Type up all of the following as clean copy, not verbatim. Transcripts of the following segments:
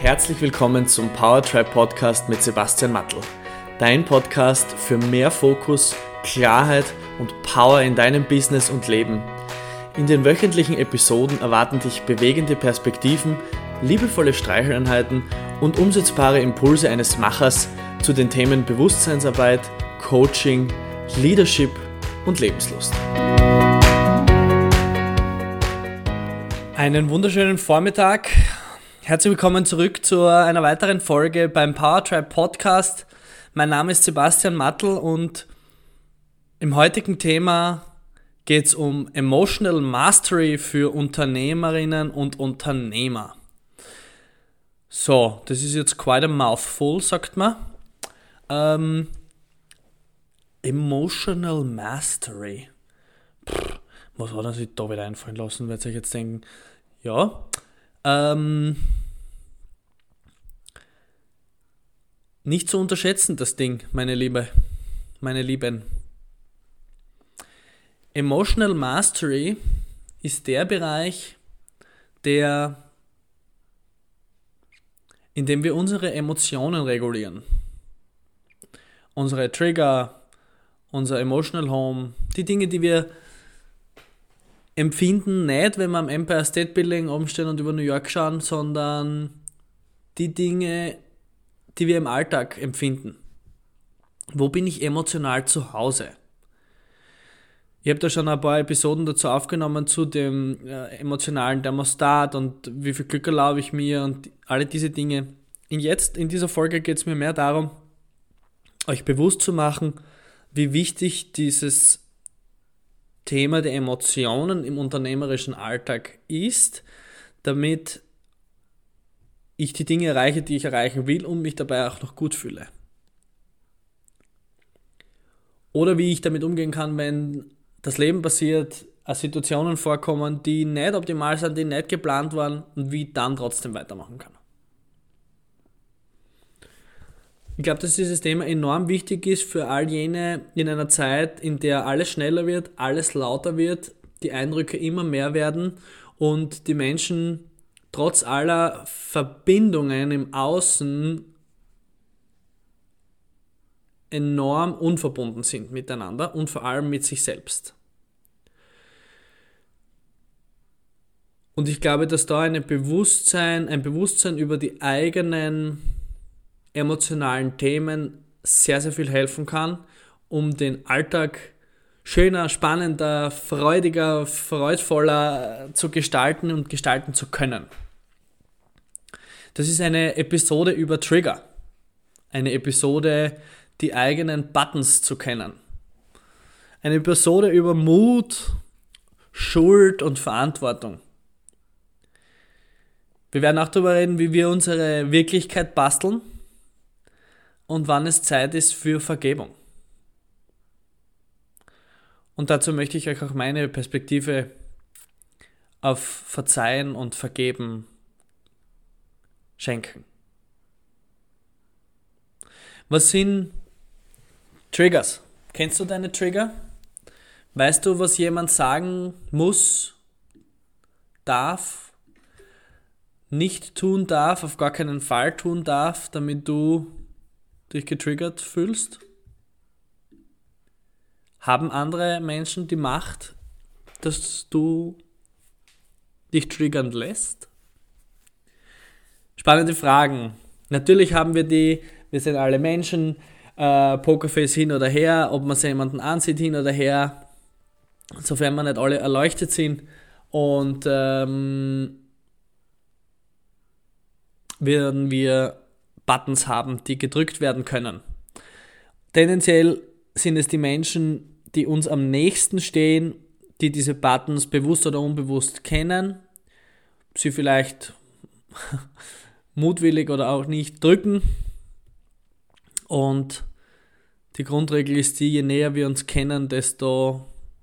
herzlich willkommen zum Powertribe Podcast mit Sebastian Mattl. Dein Podcast für mehr Fokus, Klarheit und Power in deinem Business und Leben. In den wöchentlichen Episoden erwarten dich bewegende Perspektiven, liebevolle Streicheleinheiten und umsetzbare Impulse eines Machers zu den Themen Bewusstseinsarbeit, Coaching, Leadership und Lebenslust. Einen wunderschönen Vormittag. Herzlich willkommen zurück zu einer weiteren Folge beim Powertribe Podcast. Mein Name ist Sebastian Mattl und im heutigen Thema geht es um Emotional Mastery für Unternehmerinnen und Unternehmer. So, das ist jetzt quite a mouthful, sagt man. Emotional Mastery. Was hat er sich da wieder einfallen lassen? Werdet ihr euch jetzt denken, ja. Nicht zu unterschätzen, das Ding, meine Lieben. Emotional Mastery ist der Bereich, in dem wir unsere Emotionen regulieren. Unsere Trigger, unser Emotional Home, die Dinge, die wir empfinden, nicht, wenn wir am Empire State Building oben stehen und über New York schauen, sondern die Dinge, die wir im Alltag empfinden. Wo bin ich emotional zu Hause? Ich habe da schon ein paar Episoden dazu aufgenommen zu dem emotionalen Thermostat und wie viel Glück erlaube ich mir und alle diese Dinge. In dieser Folge geht es mir mehr darum, euch bewusst zu machen, wie wichtig dieses Thema der Emotionen im unternehmerischen Alltag ist, damit ich die Dinge erreiche, die ich erreichen will und mich dabei auch noch gut fühle. Oder wie ich damit umgehen kann, wenn das Leben passiert, Situationen vorkommen, die nicht optimal sind, die nicht geplant waren und wie ich dann trotzdem weitermachen kann. Ich glaube, dass dieses Thema enorm wichtig ist für all jene in einer Zeit, in der alles schneller wird, alles lauter wird, die Eindrücke immer mehr werden und die Menschen trotz aller Verbindungen im Außen enorm unverbunden sind miteinander und vor allem mit sich selbst. Und ich glaube, dass da ein Bewusstsein über die eigenen emotionalen Themen sehr, sehr viel helfen kann, um den Alltag schöner, spannender, freudiger, freudvoller zu gestalten und gestalten zu können. Das ist eine Episode über Trigger. Eine Episode, die eigenen Buttons zu kennen. Eine Episode über Mut, Schuld und Verantwortung. Wir werden auch darüber reden, wie wir unsere Wirklichkeit basteln und wann es Zeit ist für Vergebung. Und dazu möchte ich euch auch meine Perspektive auf Verzeihen und Vergeben schenken. Was sind Triggers? Kennst du deine Trigger? Weißt du, was jemand sagen muss, darf, nicht tun darf, auf gar keinen Fall tun darf, damit du dich getriggert fühlst? Haben andere Menschen die Macht, dass du dich triggern lässt? Spannende Fragen. Natürlich haben wir sind alle Menschen, Pokerface hin oder her, ob man sich jemanden ansieht hin oder her, sofern wir nicht alle erleuchtet sind und werden wir Buttons haben, die gedrückt werden können. Tendenziell sind es die Menschen, die uns am nächsten stehen, die diese Buttons bewusst oder unbewusst kennen, sie vielleicht mutwillig oder auch nicht drücken. Und die Grundregel ist die, je näher wir uns kennen, desto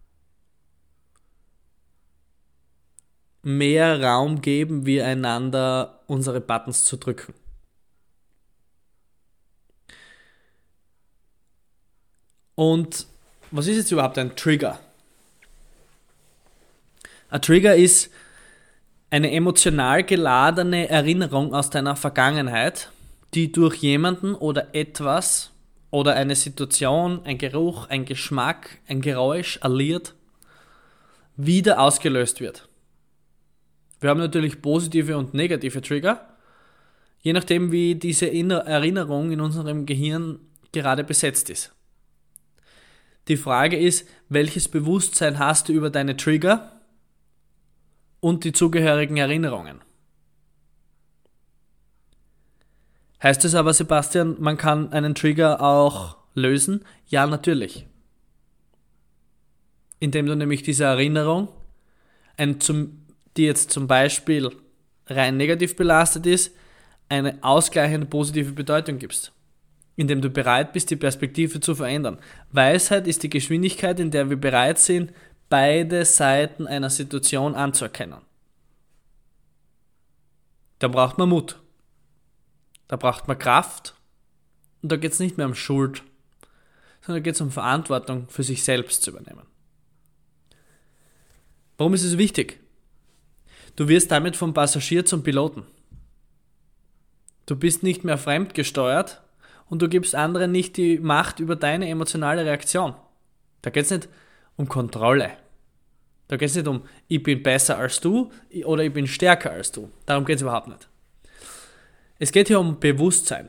mehr Raum geben wir einander, unsere Buttons zu drücken. Und was ist jetzt überhaupt ein Trigger? Ein Trigger ist eine emotional geladene Erinnerung aus deiner Vergangenheit, die durch jemanden oder etwas oder eine Situation, ein Geruch, ein Geschmack, ein Geräusch, ein Lied wieder ausgelöst wird. Wir haben natürlich positive und negative Trigger, je nachdem wie diese Erinnerung in unserem Gehirn gerade besetzt ist. Die Frage ist, welches Bewusstsein hast du über deine Trigger und die zugehörigen Erinnerungen? Heißt es aber, Sebastian, man kann einen Trigger auch lösen? Ja, natürlich. Indem du nämlich diese Erinnerung, die jetzt zum Beispiel rein negativ belastet ist, eine ausgleichende positive Bedeutung gibst. Indem du bereit bist, die Perspektive zu verändern. Weisheit ist die Geschwindigkeit, in der wir bereit sind, beide Seiten einer Situation anzuerkennen. Da braucht man Mut. Da braucht man Kraft. Und da geht es nicht mehr um Schuld, sondern da geht es um Verantwortung für sich selbst zu übernehmen. Warum ist es wichtig? Du wirst damit vom Passagier zum Piloten. Du bist nicht mehr fremdgesteuert und du gibst anderen nicht die Macht über deine emotionale Reaktion. Da geht es nicht um Kontrolle. Da geht es nicht um, ich bin besser als du oder ich bin stärker als du. Darum geht es überhaupt nicht. Es geht hier um Bewusstsein.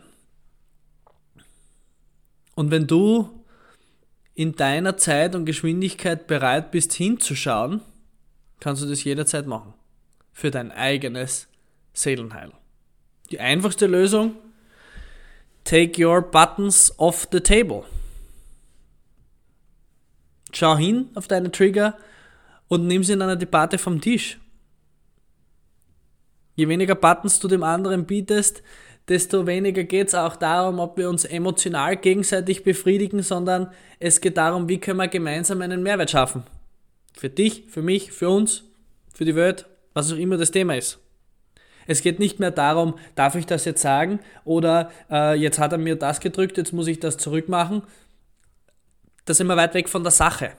Und wenn du in deiner Zeit und Geschwindigkeit bereit bist hinzuschauen, kannst du das jederzeit machen. Für dein eigenes Seelenheil. Die einfachste Lösung: take your buttons off the table. Schau hin auf deine Trigger und nimm sie in einer Debatte vom Tisch. Je weniger Buttons du dem anderen bietest, desto weniger geht es auch darum, ob wir uns emotional gegenseitig befriedigen, sondern es geht darum, wie können wir gemeinsam einen Mehrwert schaffen. Für dich, für mich, für uns, für die Welt, was auch immer das Thema ist. Es geht nicht mehr darum, darf ich das jetzt sagen oder jetzt hat er mir das gedrückt, jetzt muss ich das zurückmachen. Da sind wir weit weg von der Sache.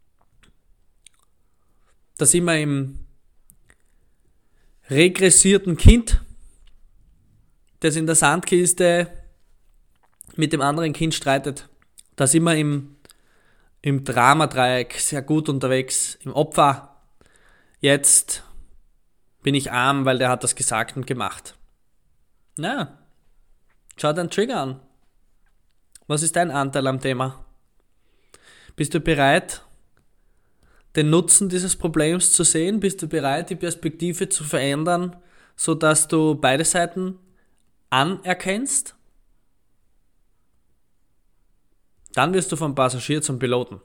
Da sind wir im regressierten Kind, das in der Sandkiste mit dem anderen Kind streitet. Da sind wir im Dramadreieck sehr gut unterwegs, im Opfer. Jetzt bin ich arm, weil der hat das gesagt und gemacht. Na, schau deinen Trigger an. Was ist dein Anteil am Thema? Bist du bereit, den Nutzen dieses Problems zu sehen? Bist du bereit, die Perspektive zu verändern, sodass du beide Seiten anerkennst? Dann wirst du vom Passagier zum Piloten.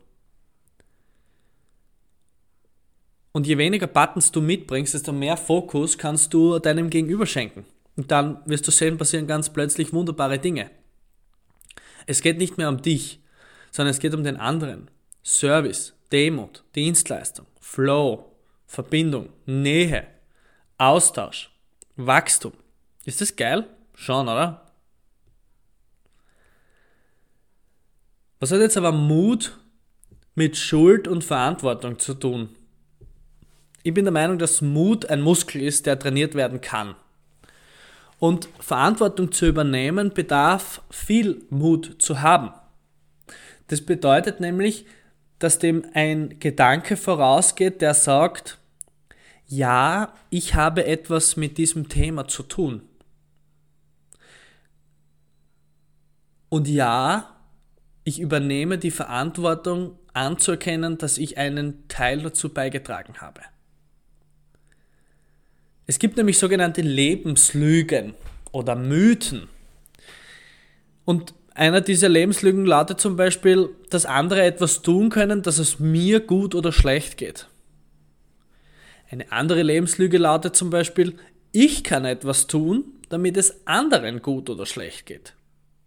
Und je weniger Buttons du mitbringst, desto mehr Fokus kannst du deinem Gegenüber schenken. Und dann wirst du sehen, passieren ganz plötzlich wunderbare Dinge. Es geht nicht mehr um dich, sondern es geht um den anderen. Service, Demut, Dienstleistung, Flow, Verbindung, Nähe, Austausch, Wachstum. Ist das geil? Schon, oder? Was hat jetzt aber Mut mit Schuld und Verantwortung zu tun? Ich bin der Meinung, dass Mut ein Muskel ist, der trainiert werden kann. Und Verantwortung zu übernehmen bedarf viel Mut zu haben. Das bedeutet nämlich, dass dem ein Gedanke vorausgeht, der sagt, ja, ich habe etwas mit diesem Thema zu tun. Und ja, ich übernehme die Verantwortung anzuerkennen, dass ich einen Teil dazu beigetragen habe. Es gibt nämlich sogenannte Lebenslügen oder Mythen. Und einer dieser Lebenslügen lautet zum Beispiel, dass andere etwas tun können, dass es mir gut oder schlecht geht. Eine andere Lebenslüge lautet zum Beispiel, ich kann etwas tun, damit es anderen gut oder schlecht geht.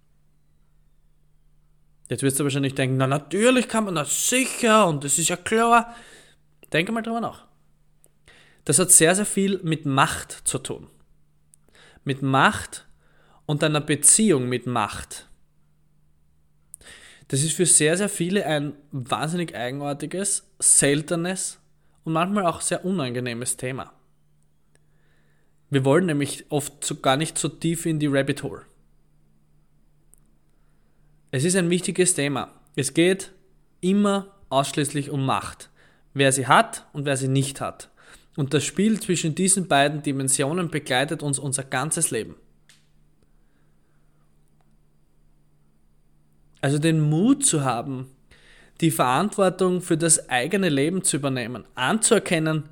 Jetzt wirst du wahrscheinlich denken, na natürlich kann man das sicher und das ist ja klar. Denke mal drüber nach. Das hat sehr, sehr viel mit Macht zu tun. Mit Macht und einer Beziehung mit Macht. Das ist für sehr, sehr viele ein wahnsinnig eigenartiges, seltenes und manchmal auch sehr unangenehmes Thema. Wir wollen nämlich oft so gar nicht so tief in die Rabbit Hole. Es ist ein wichtiges Thema. Es geht immer ausschließlich um Macht. Wer sie hat und wer sie nicht hat. Und das Spiel zwischen diesen beiden Dimensionen begleitet uns unser ganzes Leben. Also den Mut zu haben, die Verantwortung für das eigene Leben zu übernehmen, anzuerkennen,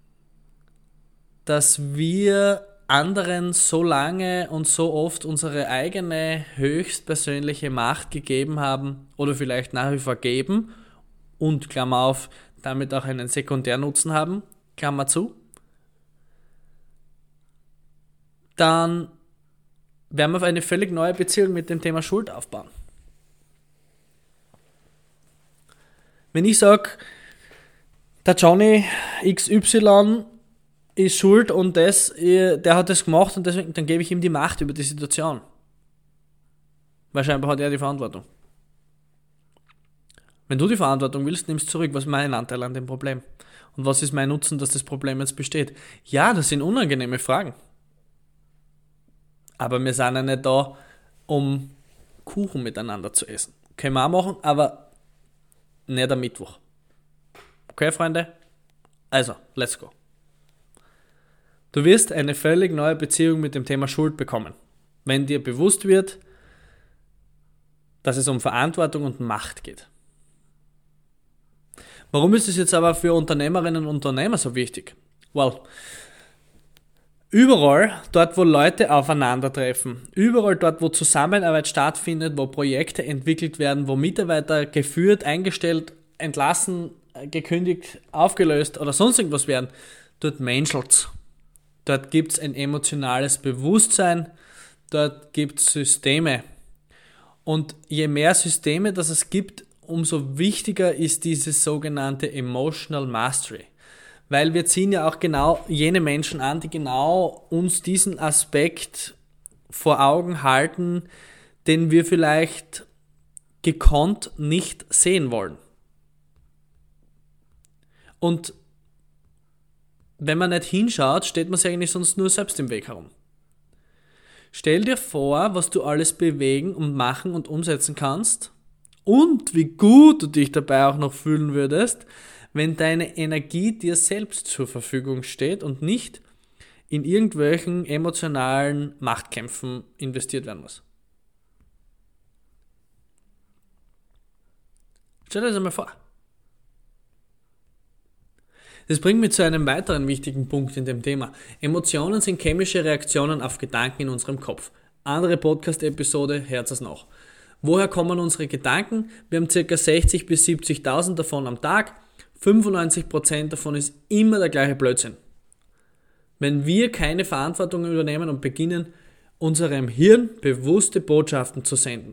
dass wir anderen so lange und so oft unsere eigene höchstpersönliche Macht gegeben haben oder vielleicht nach wie vor geben und, Klammer auf, damit auch einen Sekundärnutzen haben, Klammer zu, dann werden wir auf eine völlig neue Beziehung mit dem Thema Schuld aufbauen. Wenn ich sage, der Johnny XY ist schuld und der hat das gemacht und deswegen, dann gebe ich ihm die Macht über die Situation. Weil scheinbar hat er die Verantwortung. Wenn du die Verantwortung willst, nimmst du zurück. Was ist mein Anteil an dem Problem? Und was ist mein Nutzen, dass das Problem jetzt besteht? Ja, das sind unangenehme Fragen. Aber wir sind ja nicht da, um Kuchen miteinander zu essen. Können wir auch machen, aber nicht am Mittwoch. Okay, Freunde? Also, let's go. Du wirst eine völlig neue Beziehung mit dem Thema Schuld bekommen, wenn dir bewusst wird, dass es um Verantwortung und Macht geht. Warum ist es jetzt aber für Unternehmerinnen und Unternehmer so wichtig? Well, überall dort, wo Leute aufeinandertreffen, überall dort, wo Zusammenarbeit stattfindet, wo Projekte entwickelt werden, wo Mitarbeiter geführt, eingestellt, entlassen, gekündigt, aufgelöst oder sonst irgendwas werden, dort menschelt's. Dort gibt es ein emotionales Bewusstsein, dort gibt es Systeme. Und je mehr Systeme das es gibt, umso wichtiger ist dieses sogenannte Emotional Mastery. Weil wir ziehen ja auch genau jene Menschen an, die genau uns diesen Aspekt vor Augen halten, den wir vielleicht gekonnt nicht sehen wollen. Und wenn man nicht hinschaut, steht man sich eigentlich sonst nur selbst im Weg herum. Stell dir vor, was du alles bewegen und machen und umsetzen kannst und wie gut du dich dabei auch noch fühlen würdest, wenn deine Energie dir selbst zur Verfügung steht und nicht in irgendwelchen emotionalen Machtkämpfen investiert werden muss. Stell dir das einmal vor. Das bringt mich zu einem weiteren wichtigen Punkt in dem Thema. Emotionen sind chemische Reaktionen auf Gedanken in unserem Kopf. Andere Podcast-Episode, hört es noch. Woher kommen unsere Gedanken? Wir haben ca. 60.000 bis 70.000 davon am Tag. 95% davon ist immer der gleiche Blödsinn. Wenn wir keine Verantwortung übernehmen und beginnen, unserem Hirn bewusste Botschaften zu senden.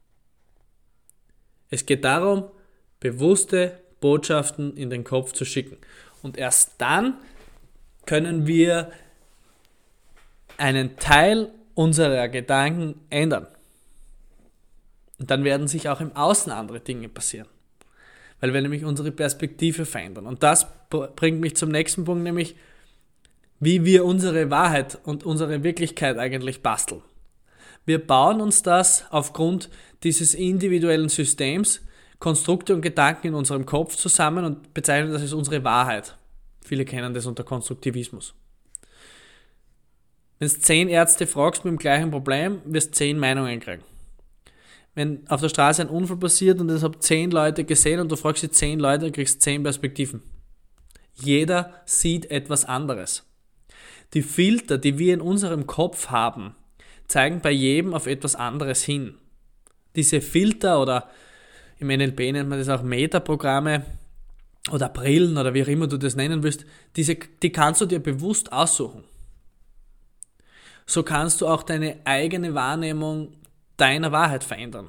Es geht darum, bewusste Botschaften in den Kopf zu schicken. Und erst dann können wir einen Teil unserer Gedanken ändern. Und dann werden sich auch im Außen andere Dinge passieren. Weil wir nämlich unsere Perspektive verändern. Und das bringt mich zum nächsten Punkt, nämlich wie wir unsere Wahrheit und unsere Wirklichkeit eigentlich basteln. Wir bauen uns das aufgrund dieses individuellen Systems, Konstrukte und Gedanken in unserem Kopf zusammen und bezeichnen das als unsere Wahrheit. Viele kennen das unter Konstruktivismus. Wenn du 10 Ärzte fragst mit dem gleichen Problem, wirst du 10 Meinungen kriegen. Wenn auf der Straße ein Unfall passiert und es haben 10 Leute gesehen und du fragst die 10 Leute, kriegst 10 Perspektiven. Jeder sieht etwas anderes. Die Filter, die wir in unserem Kopf haben, zeigen bei jedem auf etwas anderes hin. Diese Filter oder im NLP nennt man das auch Metaprogramme oder Brillen oder wie auch immer du das nennen willst, die kannst du dir bewusst aussuchen. So kannst du auch deine eigene Wahrnehmung deiner Wahrheit verändern.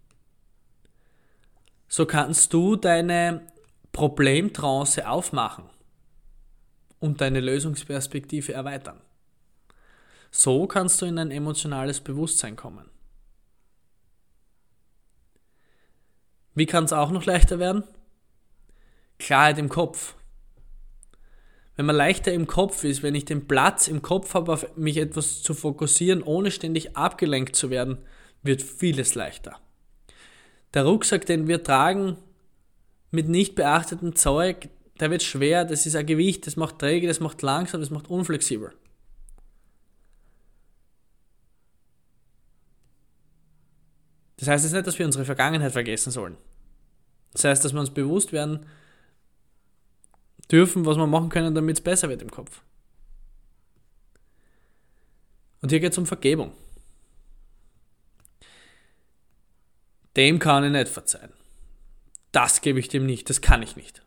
So kannst du deine Problemtrance aufmachen und deine Lösungsperspektive erweitern. So kannst du in ein emotionales Bewusstsein kommen. Wie kann es auch noch leichter werden? Klarheit im Kopf. wenn man leichter im Kopf ist, wenn ich den Platz im Kopf habe, auf mich etwas zu fokussieren, ohne ständig abgelenkt zu werden, wird vieles leichter. Der Rucksack, den wir tragen, mit nicht beachtetem Zeug, der wird schwer, das ist ein Gewicht, das macht träge, das macht langsam, das macht unflexibel. Das heißt jetzt nicht, dass wir unsere Vergangenheit vergessen sollen. Das heißt, dass wir uns bewusst werden dürfen, was wir machen können, damit es besser wird im Kopf. Und hier geht es um Vergebung. Dem kann ich nicht verzeihen. Das gebe ich dem nicht, das kann ich nicht.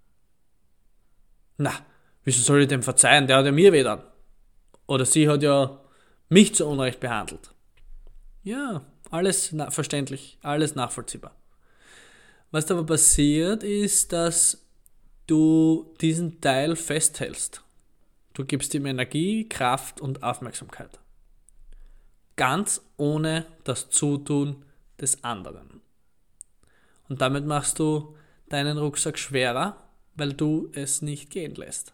Na, wieso soll ich dem verzeihen? Der hat ja mir weh getan. Oder sie hat ja mich zu Unrecht behandelt. Ja, alles verständlich, alles nachvollziehbar. Was aber passiert ist, dass du diesen Teil festhältst. Du gibst ihm Energie, Kraft und Aufmerksamkeit. Ganz ohne das Zutun des anderen. Und damit machst du deinen Rucksack schwerer, weil du es nicht gehen lässt.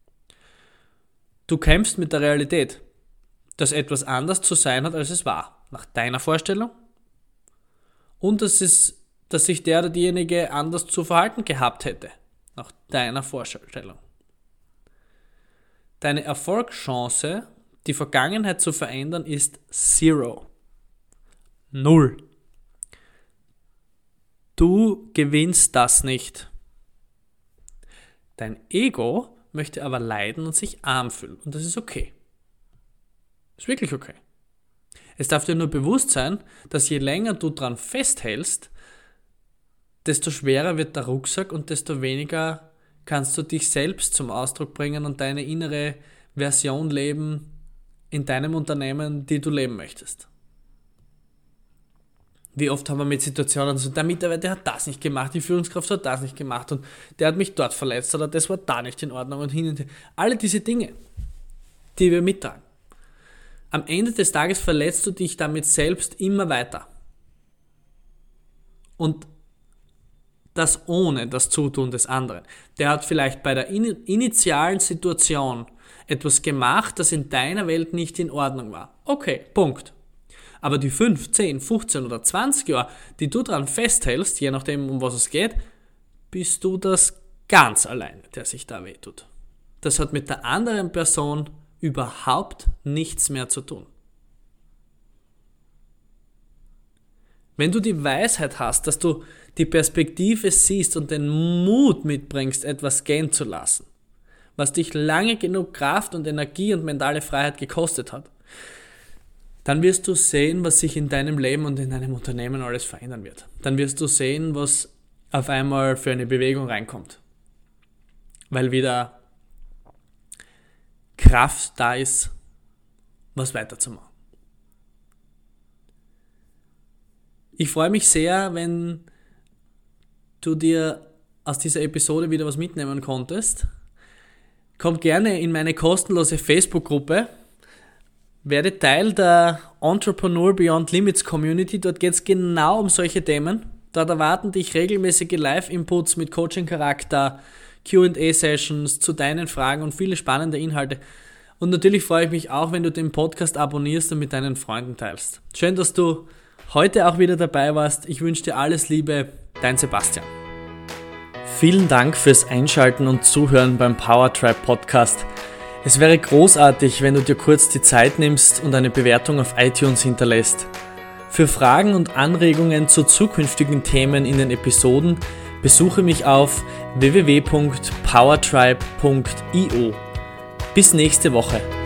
Du kämpfst mit der Realität, dass etwas anders zu sein hat, als es war, nach deiner Vorstellung, und dass sich der oder diejenige anders zu verhalten gehabt hätte, nach deiner Vorstellung. Deine Erfolgschance, die Vergangenheit zu verändern, ist 0. 0. Du gewinnst das nicht. Dein Ego möchte aber leiden und sich arm fühlen. Und das ist okay. Ist wirklich okay. Es darf dir nur bewusst sein, dass je länger du dran festhältst, desto schwerer wird der Rucksack und desto weniger kannst du dich selbst zum Ausdruck bringen und deine innere Version leben in deinem Unternehmen, die du leben möchtest. Wie oft haben wir mit Situationen so, der Mitarbeiter hat das nicht gemacht, die Führungskraft hat das nicht gemacht und der hat mich dort verletzt oder das war da nicht in Ordnung und hin und her. Alle diese Dinge, die wir mittragen. Am Ende des Tages verletzt du dich damit selbst immer weiter. Und das ohne das Zutun des anderen. Der hat vielleicht bei der initialen Situation etwas gemacht, das in deiner Welt nicht in Ordnung war. Okay, Punkt. Aber die 5, 10, 15 oder 20 Jahre, die du daran festhältst, je nachdem, um was es geht, bist du das ganz alleine, der sich da wehtut. Das hat mit der anderen Person überhaupt nichts mehr zu tun. Wenn du die Weisheit hast, dass du die Perspektive siehst und den Mut mitbringst, etwas gehen zu lassen, was dich lange genug Kraft und Energie und mentale Freiheit gekostet hat, dann wirst du sehen, was sich in deinem Leben und in deinem Unternehmen alles verändern wird. Dann wirst du sehen, was auf einmal für eine Bewegung reinkommt. Weil wieder Kraft da ist, was weiterzumachen. Ich freue mich sehr, wenn du dir aus dieser Episode wieder was mitnehmen konntest. Komm gerne in meine kostenlose Facebook-Gruppe. Werde Teil der Entrepreneur Beyond Limits Community. Dort geht es genau um solche Themen. Dort erwarten dich regelmäßige Live-Inputs mit Coaching-Charakter, Q&A-Sessions zu deinen Fragen und viele spannende Inhalte. Und natürlich freue ich mich auch, wenn du den Podcast abonnierst und mit deinen Freunden teilst. Schön, dass du heute auch wieder dabei warst. Ich wünsche dir alles Liebe. Dein Sebastian. Vielen Dank fürs Einschalten und Zuhören beim PowerTribe Podcast. Es wäre großartig, wenn du dir kurz die Zeit nimmst und eine Bewertung auf iTunes hinterlässt. Für Fragen und Anregungen zu zukünftigen Themen in den Episoden besuche mich auf www.powertribe.io. Bis nächste Woche.